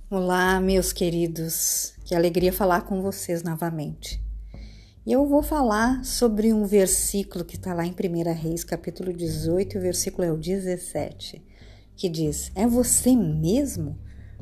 Olá, meus queridos, que alegria falar com vocês novamente. E eu vou falar sobre um versículo que está lá em 1 Reis, capítulo 18, e o versículo é o 17, que diz: É você mesmo,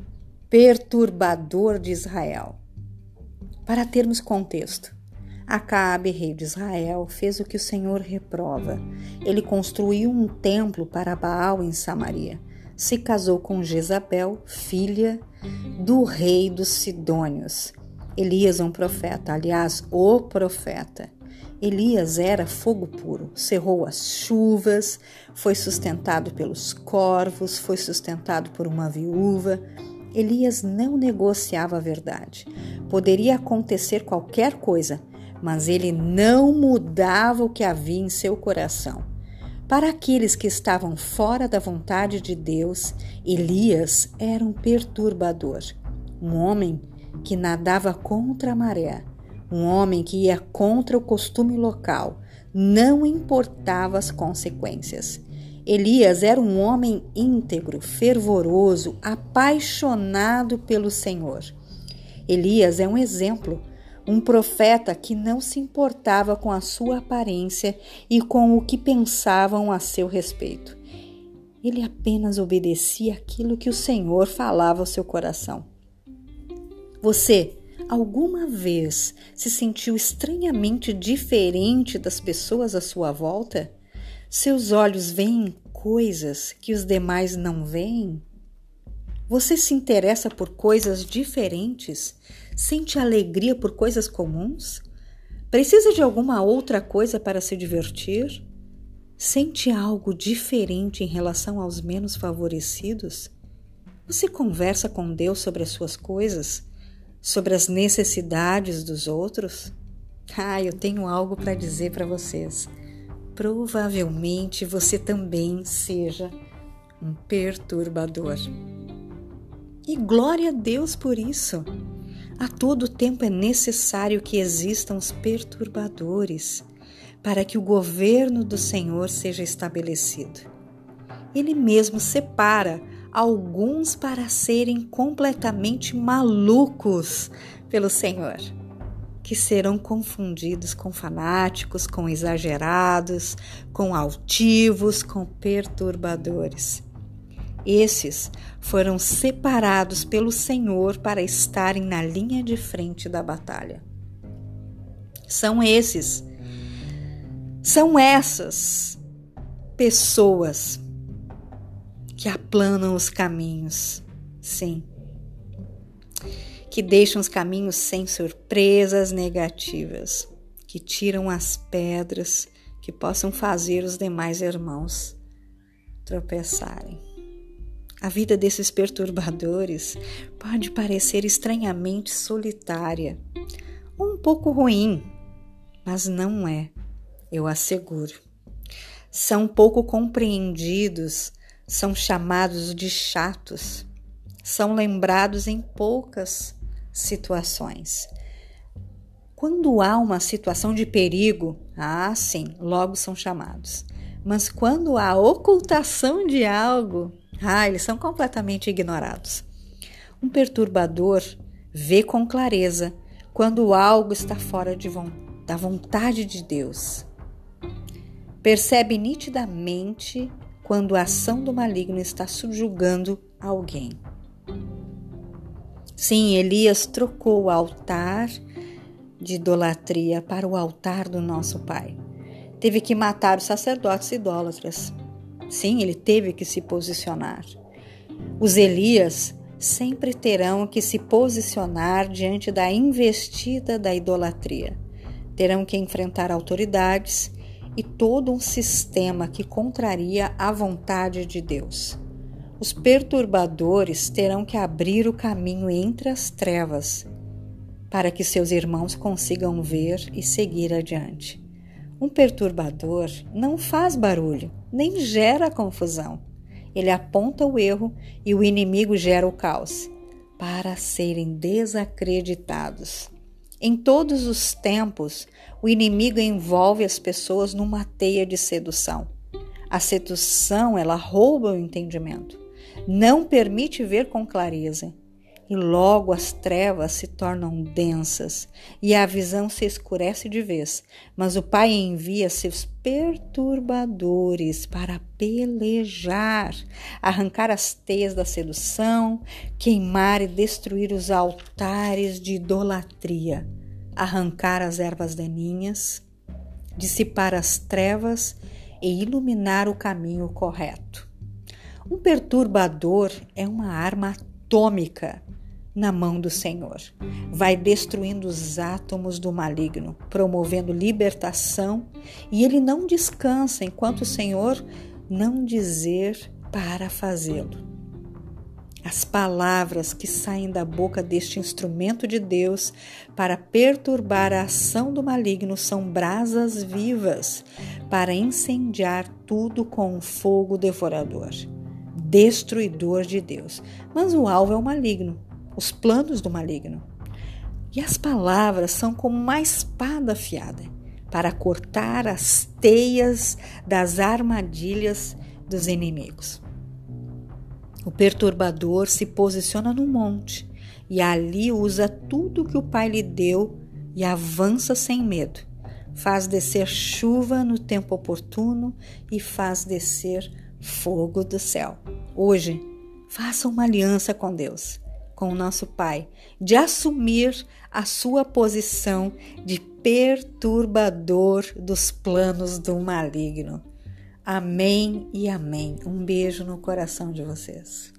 perturbador de Israel. Para termos contexto, Acabe, rei de Israel, fez o que o Senhor reprova. Ele construiu um templo para Baal em Samaria. Se casou com Jezabel, filha do rei dos Sidônios. Elias é um profeta, aliás, o profeta. Elias era fogo puro, cerrou as chuvas, foi sustentado pelos corvos, foi sustentado por uma viúva. Elias não negociava a verdade. Poderia acontecer qualquer coisa, mas ele não mudava o que havia em seu coração. Para aqueles que estavam fora da vontade de Deus, Elias era um perturbador, um homem que nadava contra a maré, um homem que ia contra o costume local, não importava as consequências. Elias era um homem íntegro, fervoroso, apaixonado pelo Senhor. Elias é um exemplo, um profeta que não se importava com a sua aparência e com o que pensavam a seu respeito. Ele apenas obedecia aquilo que o Senhor falava ao seu coração. Você alguma vez se sentiu estranhamente diferente das pessoas à sua volta? Seus olhos veem coisas que os demais não veem? Você se interessa por coisas diferentes? Sente alegria por coisas comuns? Precisa de alguma outra coisa para se divertir? Sente algo diferente em relação aos menos favorecidos? Você conversa com Deus sobre as suas coisas? Sobre as necessidades dos outros? Eu tenho algo para dizer para vocês. Provavelmente você também seja um perturbador. E glória a Deus por isso. A todo tempo é necessário que existam os perturbadores para que o governo do Senhor seja estabelecido. Ele mesmo separa alguns para serem completamente malucos pelo Senhor, que serão confundidos com fanáticos, com exagerados, com altivos, com perturbadores. Esses foram separados pelo Senhor para estarem na linha de frente da batalha. São essas pessoas que aplanam os caminhos, sim, que deixam os caminhos sem surpresas negativas, que tiram as pedras que possam fazer os demais irmãos tropeçarem. A vida desses perturbadores pode parecer estranhamente solitária, um pouco ruim, mas não é, eu asseguro. São pouco compreendidos, são chamados de chatos, são lembrados em poucas situações. Quando há uma situação de perigo, sim, logo são chamados. Mas quando há ocultação de algo, eles são completamente ignorados. Um perturbador vê com clareza quando algo está fora da vontade de Deus. Percebe nitidamente quando a ação do maligno está subjugando alguém. Sim, Elias trocou o altar de idolatria para o altar do nosso Pai. Teve que matar os sacerdotes idólatras. Sim, ele teve que se posicionar. Os Elias sempre terão que se posicionar diante da investida da idolatria. Terão que enfrentar autoridades e todo um sistema que contraria a vontade de Deus. Os perturbadores terão que abrir o caminho entre as trevas para que seus irmãos consigam ver e seguir adiante. Um perturbador não faz barulho, nem gera confusão. Ele aponta o erro e o inimigo gera o caos, para serem desacreditados. Em todos os tempos, o inimigo envolve as pessoas numa teia de sedução. A sedução, ela rouba o entendimento, não permite ver com clareza e logo as trevas se tornam densas e a visão se escurece de vez. Mas o Pai envia seus perturbadores para pelejar, arrancar as teias da sedução, queimar e destruir os altares de idolatria, arrancar as ervas daninhas, dissipar as trevas e iluminar o caminho correto. Um perturbador é uma arma atômica na mão do Senhor. Vai destruindo os átomos do maligno, promovendo libertação, e ele não descansa enquanto o Senhor não dizer para fazê-lo. As palavras que saem da boca deste instrumento de Deus para perturbar a ação do maligno são brasas vivas para incendiar tudo com um fogo devorador, destruidor de Deus. Mas o alvo é o maligno, os planos do maligno. E as palavras são como uma espada afiada para cortar as teias das armadilhas dos inimigos. O perturbador se posiciona no monte e ali usa tudo que o Pai lhe deu e avança sem medo. Faz descer chuva no tempo oportuno e faz descer fogo do céu. Hoje, faça uma aliança com Deus, com o nosso Pai, de assumir a sua posição de perturbador dos planos do maligno. Amém e amém. Um beijo no coração de vocês.